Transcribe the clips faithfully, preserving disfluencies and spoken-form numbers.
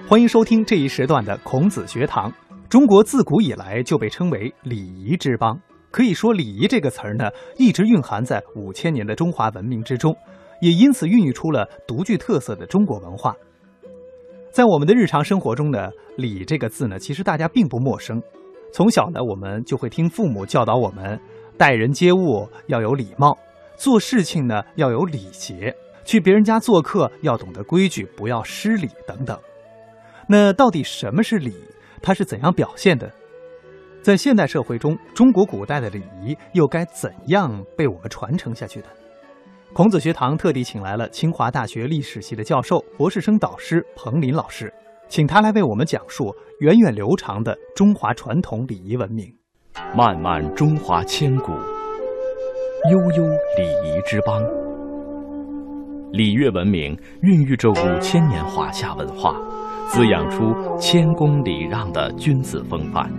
欢迎收听这一时段的孔子学堂。中国自古以来就被称为礼仪之邦，可以说礼仪这个词儿呢，一直蕴含在五千年的中华文明之中，也因此孕育出了独具特色的中国文化。在我们的日常生活中呢，礼这个字呢，其实大家并不陌生。从小呢，我们就会听父母教导我们，待人接物要有礼貌，做事情呢要有礼节，去别人家做客要懂得规矩，不要失礼等等。那到底什么是礼？它是怎样表现的？在现代社会中，中国古代的礼仪又该怎样被我们传承下去的？孔子学堂特地请来了清华大学历史系的教授、博士生导师彭林老师，请他来为我们讲述源远流长的中华传统礼仪文明。 漫漫中华千古，悠悠礼仪之邦。礼乐文明孕育着五千年华夏文化，滋养出谦恭礼让的君子风范。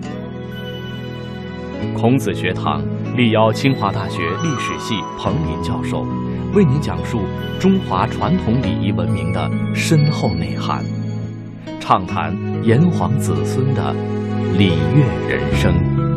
孔子学堂力邀清华大学历史系彭林教授，为您讲述中华传统礼仪文明的深厚内涵，畅谈炎黄子孙的礼乐人生。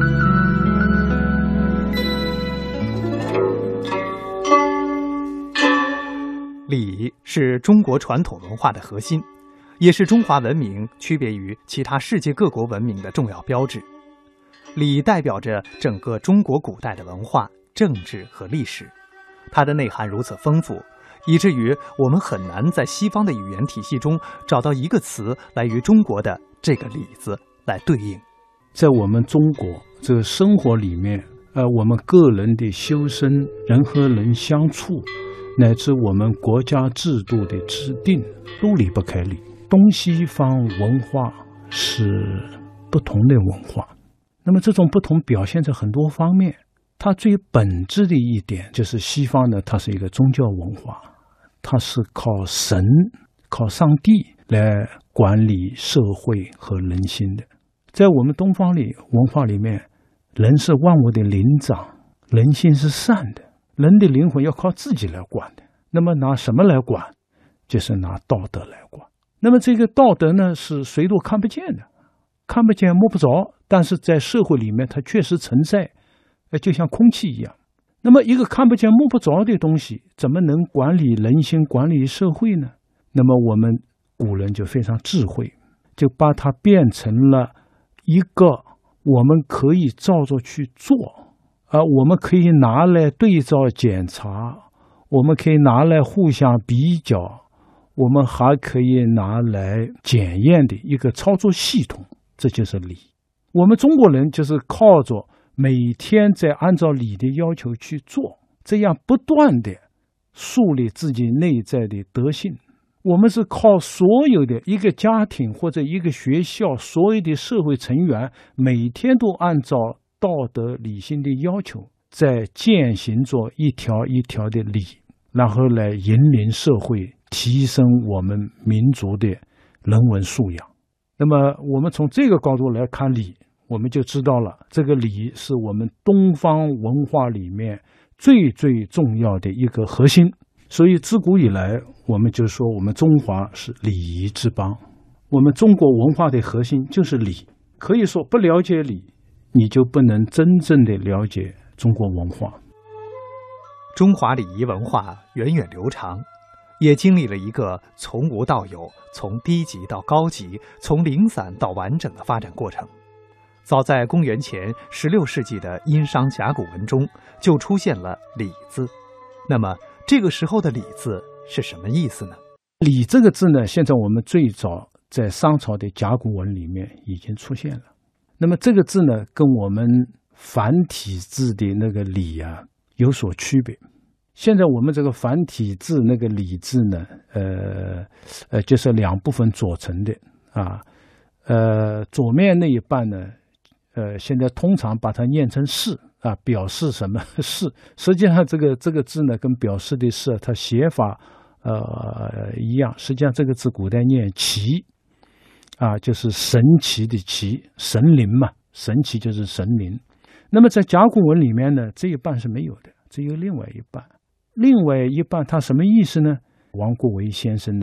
礼是中国传统文化的核心，也是中华文明区别于其他世界各国文明的重要标志。礼代表着整个中国古代的文化、政治和历史，它的内涵如此丰富，以至于我们很难在西方的语言体系中找到一个词来与中国的这个礼字来对应。 在我们中国这个生活里面，呃，我们个人的修身、人和人相处，乃至我们国家制度的制定，都离不开礼。东西方文化是不同的文化，那么这种不同表现在很多方面。它最本质的一点就是西方呢，它是一个宗教文化，它是靠神、靠上帝来管理社会和人心的。在我们东方里文化里面，人是万物的灵长，人心是善的，人的灵魂要靠自己来管的。那么拿什么来管？就是拿道德来管。那么这个道德呢，是谁都看不见的，看不见摸不着，但是在社会里面它确实存在，就像空气一样。那么一个看不见摸不着的东西，怎么能管理人心、管理社会呢？那么我们古人就非常智慧，就把它变成了一个我们可以照着去做，而我们可以拿来对照检查，我们可以拿来互相比较，我们还可以拿来检验的一个操作系统，这就是礼。我们中国人就是靠着每天在按照礼的要求去做，这样不断的树立自己内在的德性。我们是靠所有的一个家庭或者一个学校，所有的社会成员每天都按照道德理性的要求，在践行着一条一条的礼，然后来引领社会，提升我们民族的人文素养。那么我们从这个角度来看礼，我们就知道了，这个礼是我们东方文化里面最最重要的一个核心。所以自古以来，我们就说我们中华是礼仪之邦，我们中国文化的核心就是礼。可以说不了解礼，你就不能真正的了解中国文化。 中华礼仪文化源远流长，也经历了一个从无到有、从低级到高级、从零散到完整的发展过程。早在公元前十六世纪的殷商甲骨文中就出现了礼字。那么这个时候的礼字是什么意思呢？ 礼这个字呢，现在我们最早在商朝的甲骨文里面已经出现了。那么这个字呢，跟我们繁体字的那个礼啊有所区别。现在我们这个繁体字那个礼字呢，呃呃，就是两部分组成的啊，呃，左面那一半呢，呃，现在通常把它念成示啊，表示什么示？实际上这个这个字呢，跟表示的示，它写法呃一样。实际上这个字古代念奇啊，就是神奇的奇，神灵嘛，神奇就是神灵。那么在甲骨文里面呢，这一半是没有的，只有另外一半。另外一半它什么意思呢？王国维先生呢，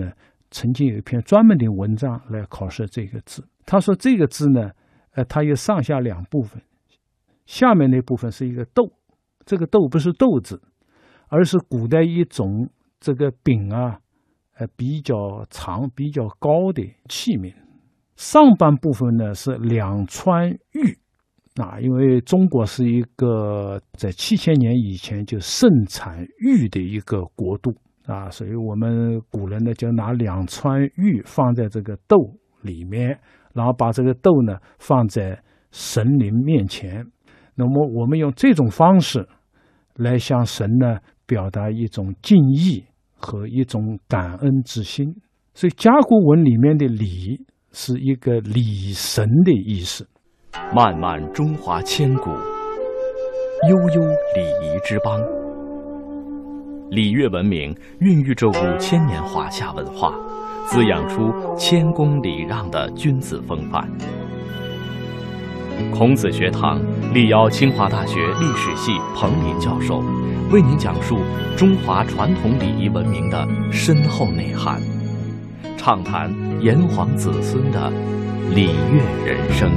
曾经有一篇专门的文章来考试这个字。他说这个字呢，呃，它有上下两部分，下面那部分是一个豆，这个豆不是豆子，而是古代一种这个柄啊，呃，比较长、比较高的器皿。上半部分呢是两川玉，啊，因为中国是一个在七千年以前就盛产玉的一个国度啊，所以我们古人呢就拿两川玉放在这个豆里面，然后把这个豆呢放在神灵面前。那么我们用这种方式来向神呢表达一种敬意和一种感恩之心。所以甲骨文里面的礼是一个礼神的意思。 漫漫中华千古，悠悠礼仪之邦。礼乐文明孕育着五千年华夏文化，滋养出谦恭礼让的君子风范。孔子学堂力邀清华大学历史系彭林教授，为您讲述中华传统礼仪文明的深厚内涵，畅谈炎黄子孙的礼乐人生。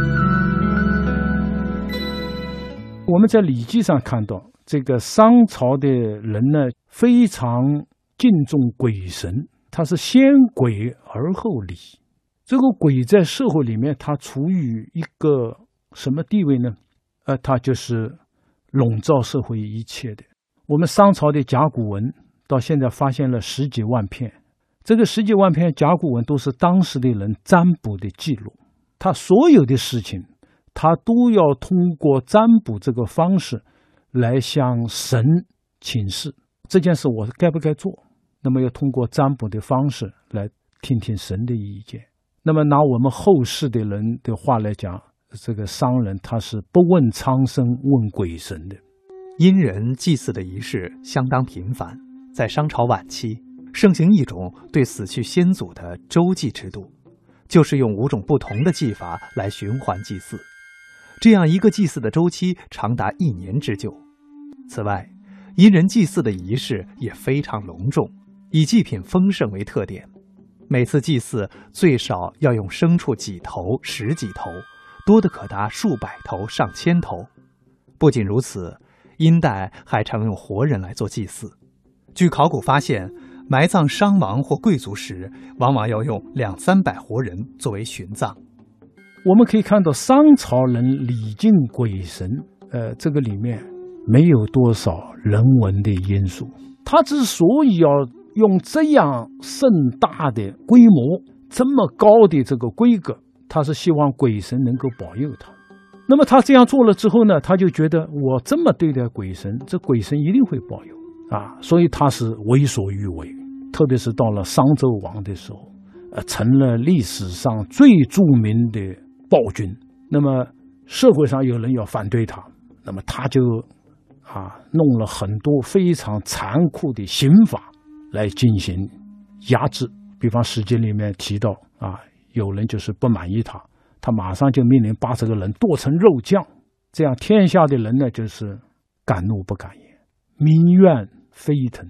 我们在《礼记》上看到，这个商朝的人呢，非常敬重鬼神，他是先鬼而后礼。这个鬼在社会里面，他处于一个什么地位呢？呃，他就是笼罩社会一切的。我们商朝的甲骨文到现在发现了十几万篇，这个十几万篇甲骨文都是当时的人占卜的记录，他所有的事情他都要通过占卜这个方式来向神请示，这件事我该不该做，那么要通过占卜的方式来听听神的意见。那么拿我们后世的人的话来讲，这个商人他是不问苍生问鬼神的。 殷人祭祀的仪式相当频繁，在商朝晚期盛行一种对死去先祖的周祭制度，就是用五种不同的祭法来循环祭祀，这样一个祭祀的周期长达一年之久。此外，殷人祭祀的仪式也非常隆重，以祭品丰盛为特点。每次祭祀最少要用牲畜几头、十几头，多的可达数百头、上千头。不仅如此，殷代还常用活人来做祭祀。据考古发现，埋葬商王或贵族时，往往要用两三百活人作为殉葬。 我们可以看到商朝人礼敬鬼神，呃，这个里面没有多少人文的因素。他之所以要用这样盛大的规模、这么高的这个规格，他是希望鬼神能够保佑他。那么他这样做了之后呢，他就觉得我这么对待鬼神，这鬼神一定会保佑啊，所以他是为所欲为。特别是到了商纣王的时候，呃，成了历史上最著名的暴君。那么社会上有人要反对他，那么他就啊弄了很多非常残酷的刑法来进行压制。比方《史记》里面提到啊，有人就是不满意他，他马上就命令把这个人剁成肉酱。这样天下的人呢，就是敢怒不敢言，民怨沸腾。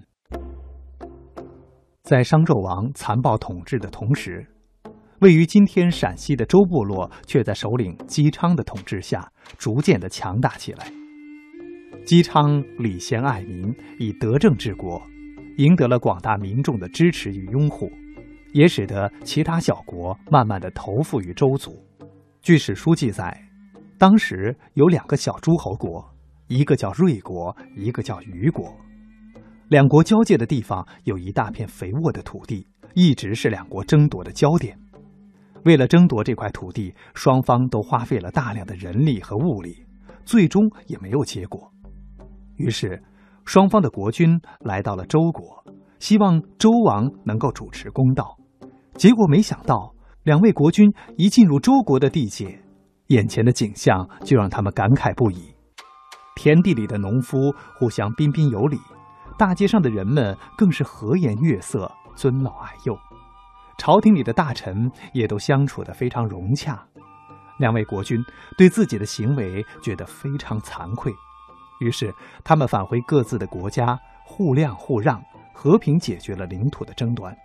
在商纣王残暴统治的同时，位于今天陕西的周部落却在首领姬昌的统治下逐渐的强大起来。姬昌礼贤爱民，以德政治国，赢得了广大民众的支持与拥护，也使得其他小国慢慢的投附于周族。据史书记载，当时有两个小诸侯国，一个叫芮国，一个叫虞国。两国交界的地方有一大片肥沃的土地，一直是两国争夺的焦点。为了争夺这块土地，双方都花费了大量的人力和物力，最终也没有结果。于是双方的国君来到了周国，希望周王能够主持公道。结果没想到，两位国君一进入周国的地界，眼前的景象就让他们感慨不已。田地里的农夫互相彬彬有礼，大街上的人们更是和颜悦色，尊老爱幼。朝廷里的大臣也都相处得非常融洽。两位国君对自己的行为觉得非常惭愧，于是他们返回各自的国家，互谅互让，和平解决了领土的争端。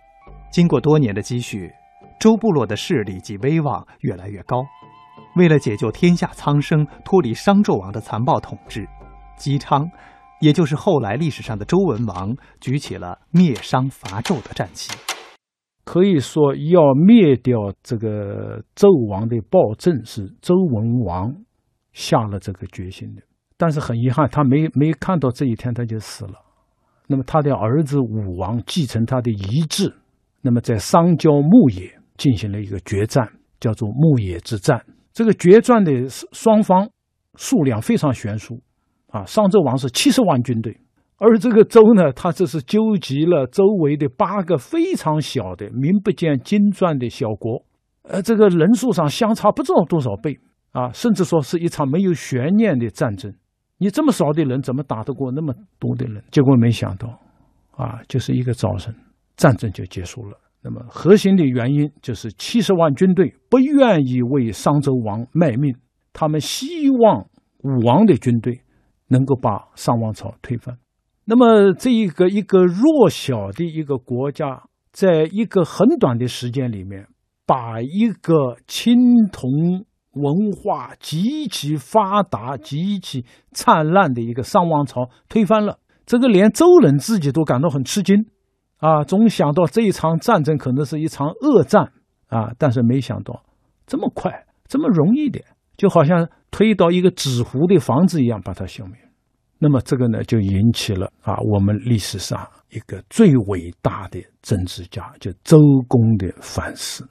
经过多年的积蓄，周部落的势力及威望越来越高。为了解救天下苍生，脱离商纣王的残暴统治，姬昌，也就是后来历史上的周文王，举起了灭商伐纣的战旗。 可以说，要灭掉这个纣王的暴政，是周文王下了这个决心的。但是很遗憾，他没没看到这一天，他就死了。那么他的儿子武王继承他的遗志，那么在商郊牧野进行了一个决战，叫做牧野之战。这个决战的双方数量非常悬殊啊，商纣王是七十万军队，而这个周呢，他这是纠集了周围的八个非常小的名不见经传的小国，呃，这个人数上相差不知道多少倍啊，甚至说是一场没有悬念的战争。你这么少的人怎么打得过那么多的人？结果没想到啊，就是一个早晨，战争就结束了。那么核心的原因就是七十万军队不愿意为商纣王卖命，他们希望武王的军队能够把商王朝推翻。那么这一个一个弱小的一个国家，在一个很短的时间里面，把一个青铜文化极其发达、极其灿烂的一个商王朝推翻了，这个连周人自己都感到很吃惊啊！总想到这一场战争可能是一场恶战啊，但是没想到这么快、这么容易的，就好像推到一个纸糊的房子一样把它消灭。那么这个呢，就引起了啊我们历史上一个最伟大的政治家，就周公的反思。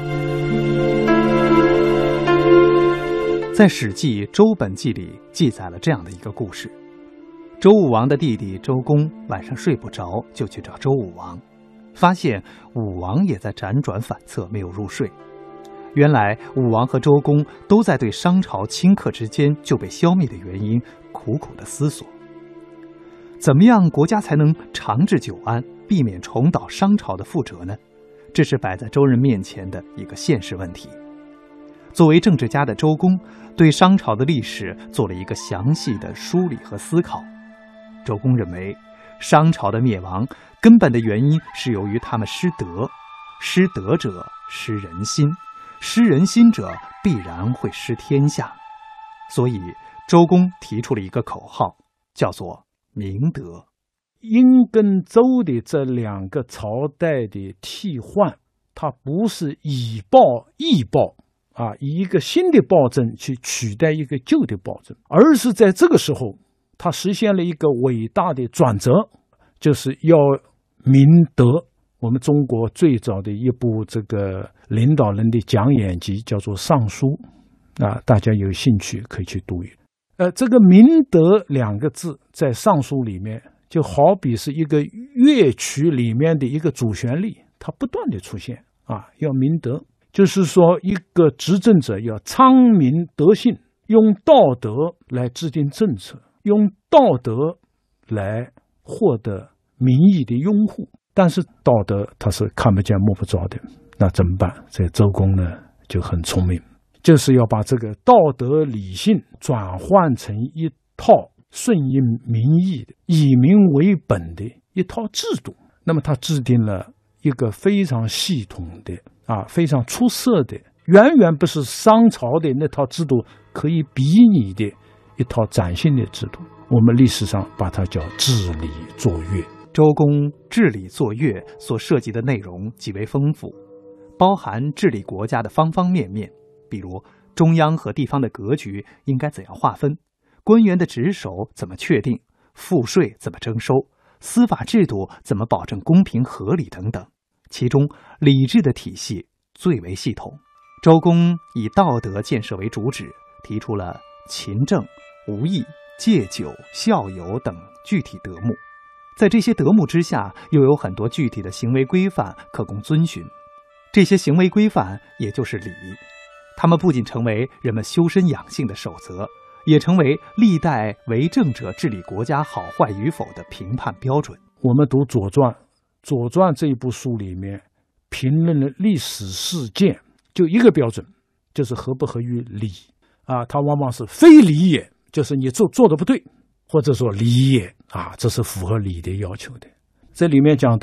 在《史记·周本纪》里记载了这样的一个故事：周武王的弟弟周公晚上睡不着，就去找周武王，发现武王也在辗转反侧，没有入睡。原来武王和周公都在对商朝顷刻之间就被消灭的原因苦苦的思索。怎么样国家才能长治久安，避免重蹈商朝的覆辙呢？这是摆在周人面前的一个现实问题。作为政治家的周公，对商朝的历史做了一个详细的梳理和思考。周公认为，商朝的灭亡根本的原因是由于他们失德，失德者失人心，失人心者必然会失天下。所以周公提出了一个口号，叫做明德。 殷跟周的这两个朝代的替换，它不是以暴易暴啊，以一个新的暴政去取代一个旧的暴政，而是在这个时候，它实现了一个伟大的转折，就是要明德。我们中国最早的一部这个领导人的讲演集叫做《尚书》啊，大家有兴趣可以去读一读。呃，这个明德两个字在《尚书》里面，就好比是一个乐曲里面的一个主旋律，它不断的出现啊，要明德。就是说，一个执政者要昌明德性，用道德来制定政策，用道德来获得民意的拥护。但是道德它是看不见摸不着的，那怎么办？这周公呢就很聪明，就是要把这个道德理性转换成一套顺应民意的、以民为本的一套制度。那么他制定了一个非常系统的啊，非常出色的，远远不是商朝的那套制度可以比拟的一套崭新的制度。我们历史上把它叫治理作乐。 周公治理作乐所涉及的内容极为丰富，包含治理国家的方方面面，比如中央和地方的格局应该怎样划分，官员的职守怎么确定，赋税怎么征收，司法制度怎么保证公平合理等等。其中礼制的体系最为系统。周公以道德建设为主旨，提出了勤政、无义、戒酒、孝友等具体德目。在这些德目之下，又有很多具体的行为规范可供遵循。这些行为规范也就是礼，它们不仅成为人们修身养性的守则，也成为历代为政者治理国家好坏与否的评判标准。 我们读《左传》，《左传》这一部书里面评论了历史事件，就一个标准，就是合不合于礼啊。它往往是非礼也，就是你做做的不对，或者说礼也啊，这是符合礼的要求的。这里面讲到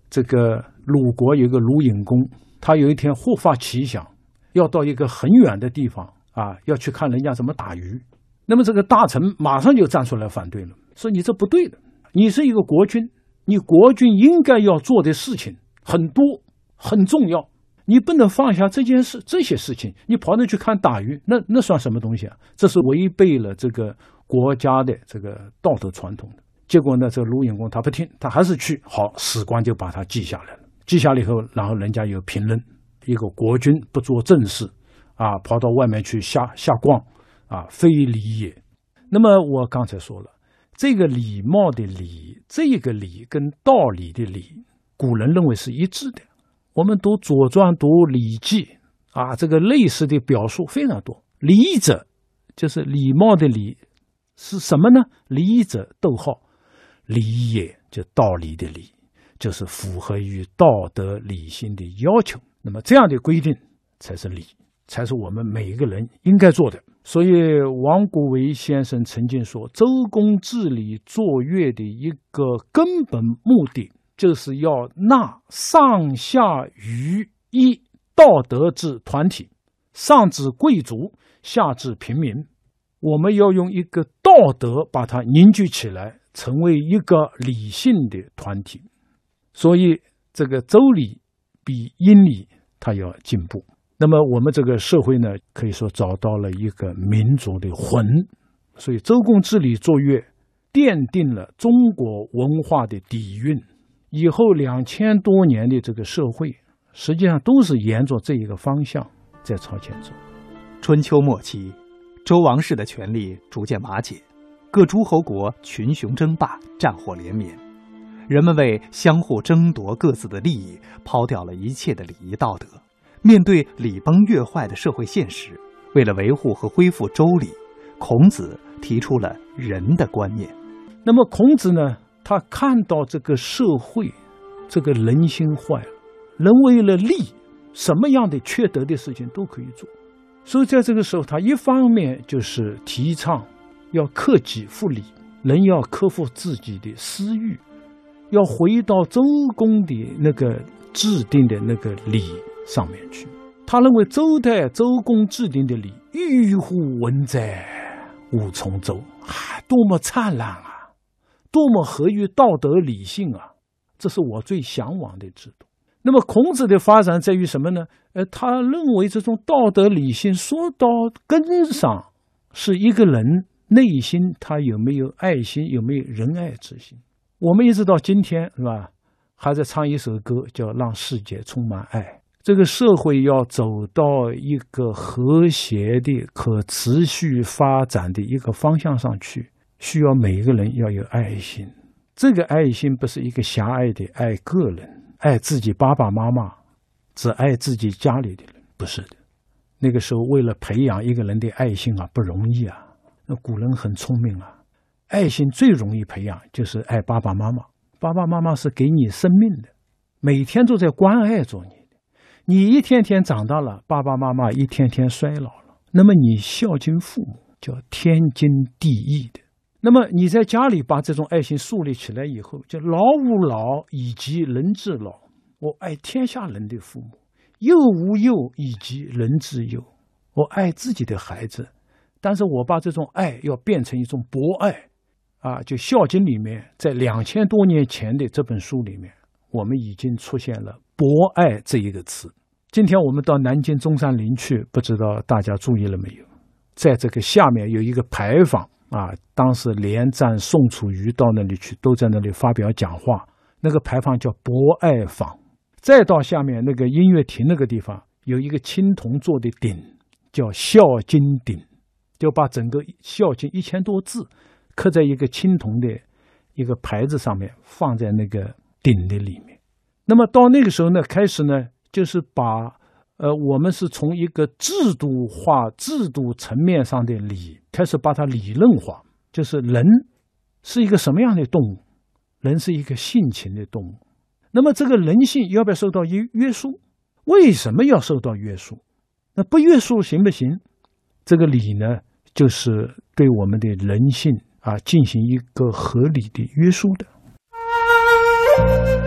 这个鲁国有个鲁隐公，他有一天忽发奇想，要到一个很远的地方啊，要去看人家怎么打鱼。那么这个大臣马上就站出来反对了，说你这不对的，你是一个国君，你国君应该要做的事情很多很重要，你不能放下这件事这些事情，你跑那去看打鱼，那那算什么东西啊？这是违背了这个国家的这个道德传统的。结果呢，这个鲁隐公他不听，他还是去，好，史官就把他记下来了。记下来以后，然后人家有评论，一个国君不做正事啊，跑到外面去瞎瞎逛啊，非礼也。那么我刚才说了，这个礼貌的礼，这个礼跟道理的理，古人认为是一致的。我们读《左传》读《礼记》啊，这个类似的表述非常多。礼者就是礼貌的礼是什么呢？礼者逗号礼也，就道理的理，就是符合于道德理性的要求。那么这样的规定才是礼，才是我们每一个人应该做的。所以王国维先生曾经说，周公治理作乐的一个根本目的，就是要纳上下于一道德之团体，上至贵族，下至平民。我们要用一个道德把它凝聚起来，成为一个理性的团体。所以这个周礼比殷礼它要进步。那么我们这个社会呢，可以说找到了一个民族的魂。所以周公治理作乐奠定了中国文化的底蕴，以后两千多年的这个社会实际上都是沿着这一个方向在朝前走。 春秋末期，周王室的权力逐渐瓦解，各诸侯国群雄争霸，战火连绵，人们为相互争夺各自的利益，抛掉了一切的礼仪道德。面对礼崩乐坏的社会现实，为了维护和恢复周礼，孔子提出了仁的观念。 那么孔子呢，他看到这个社会这个人心坏了，人为了利，什么样的缺德的事情都可以做。所以在这个时候，他一方面就是提倡要克己复礼，人要克服自己的私欲，要回到周公的那个制定的那个礼上面去。他认为周代周公制定的礼，郁乎文哉，吾从周，啊，多么灿烂啊，多么合于道德理性啊，这是我最向往的制度。那么孔子的发展在于什么呢？呃，他认为这种道德理性说到根上，是一个人内心他有没有爱心，有没有仁爱之心。我们一直到今天是吧，还在唱一首歌叫《让世界充满爱》。这个社会要走到一个和谐的可持续发展的一个方向上去，需要每个人要有爱心。这个爱心不是一个狭隘的爱个人，爱自己爸爸妈妈，只爱自己家里的人，不是的。那个时候为了培养一个人的爱心啊，不容易啊。那古人很聪明啊，爱心最容易培养就是爱爸爸妈妈。爸爸妈妈是给你生命的，每天都在关爱着你的。你一天天长大了，爸爸妈妈一天天衰老了，那么你孝敬父母叫天经地义的。那么你在家里把这种爱心树立起来以后，就老吾老以及人之老，我爱天下人的父母，幼吾幼以及人之幼，我爱自己的孩子，但是我把这种爱要变成一种博爱啊，就《孝经》里面，在两千多年前的这本书里面，我们已经出现了博爱这一个词。今天我们到南京中山陵去，不知道大家注意了没有，在这个下面有一个牌坊啊，当时连战、宋楚瑜到那里去，都在那里发表讲话，那个牌坊叫博爱坊。再到下面那个音乐亭那个地方，有一个青铜做的鼎，叫孝经鼎，就把整个孝经一千多字刻在一个青铜的一个牌子上面，放在那个鼎的里面。那么到那个时候呢，开始呢，就是把呃，我们是从一个制度化、制度层面上的理，开始把它理论化，就是人是一个什么样的动物？人是一个性情的动物。那么这个人性要不要受到约束？为什么要受到约束？那不约束行不行？这个理呢，就是对我们的人性啊进行一个合理的约束的。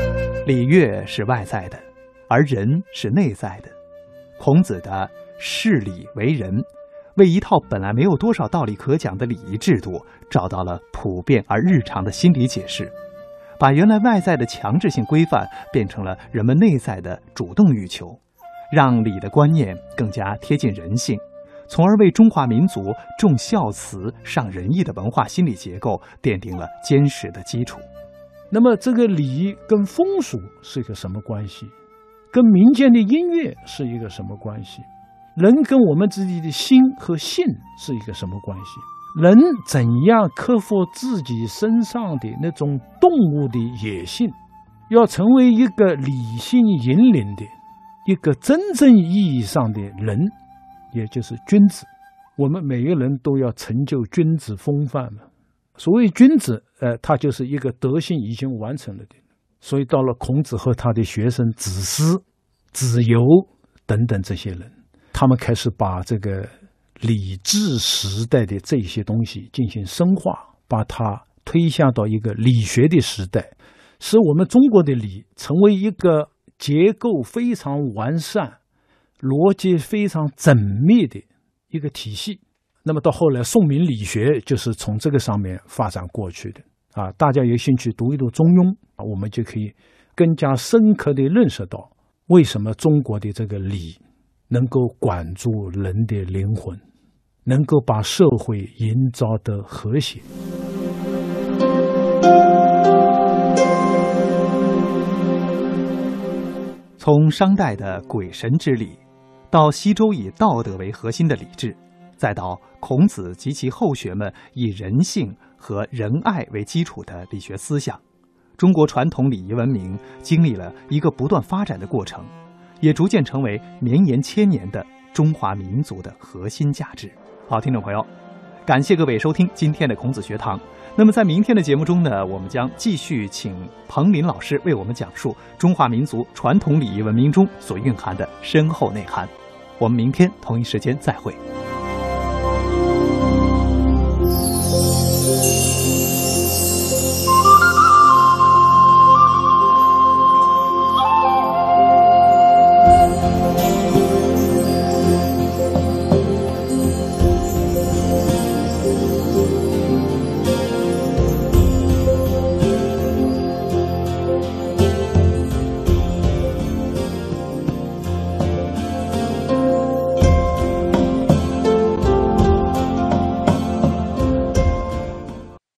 礼乐是外在的，而人是内在的。孔子的视礼为仁，为一套本来没有多少道理可讲的礼仪制度找到了普遍而日常的心理解释，把原来外在的强制性规范变成了人们内在的主动欲求，让礼的观念更加贴近人性，从而为中华民族重孝慈、尚仁义的文化心理结构奠定了坚实的基础。 那么这个礼跟风俗是一个什么关系？跟民间的音乐是一个什么关系？人跟我们自己的心和性是一个什么关系？人怎样克服自己身上的那种动物的野性，要成为一个理性引领的一个真正意义上的人，也就是君子。我们每个人都要成就君子风范嘛。所谓君子，呃，他就是一个德性已经完成了的。所以到了孔子和他的学生子思、子游等等这些人，他们开始把这个礼制时代的这些东西进行深化，把它推向到一个理学的时代，使我们中国的礼成为一个结构非常完善、逻辑非常缜密的一个体系。那么到后来，宋明理学就是从这个上面发展过去的啊。大家有兴趣读一读《中庸》，我们就可以更加深刻地认识到，为什么中国的这个礼能够管住人的灵魂，能够把社会营造得和谐。 从商代的鬼神之礼，到西周以道德为核心的礼制，再到孔子及其后学们以人性和仁爱为基础的理学思想，中国传统礼仪文明经历了一个不断发展的过程，也逐渐成为绵延千年的中华民族的核心价值。好，听众朋友，感谢各位收听今天的孔子学堂。那么在明天的节目中呢，我们将继续请彭林老师为我们讲述中华民族传统礼仪文明中所蕴含的深厚内涵。我们明天同一时间再会。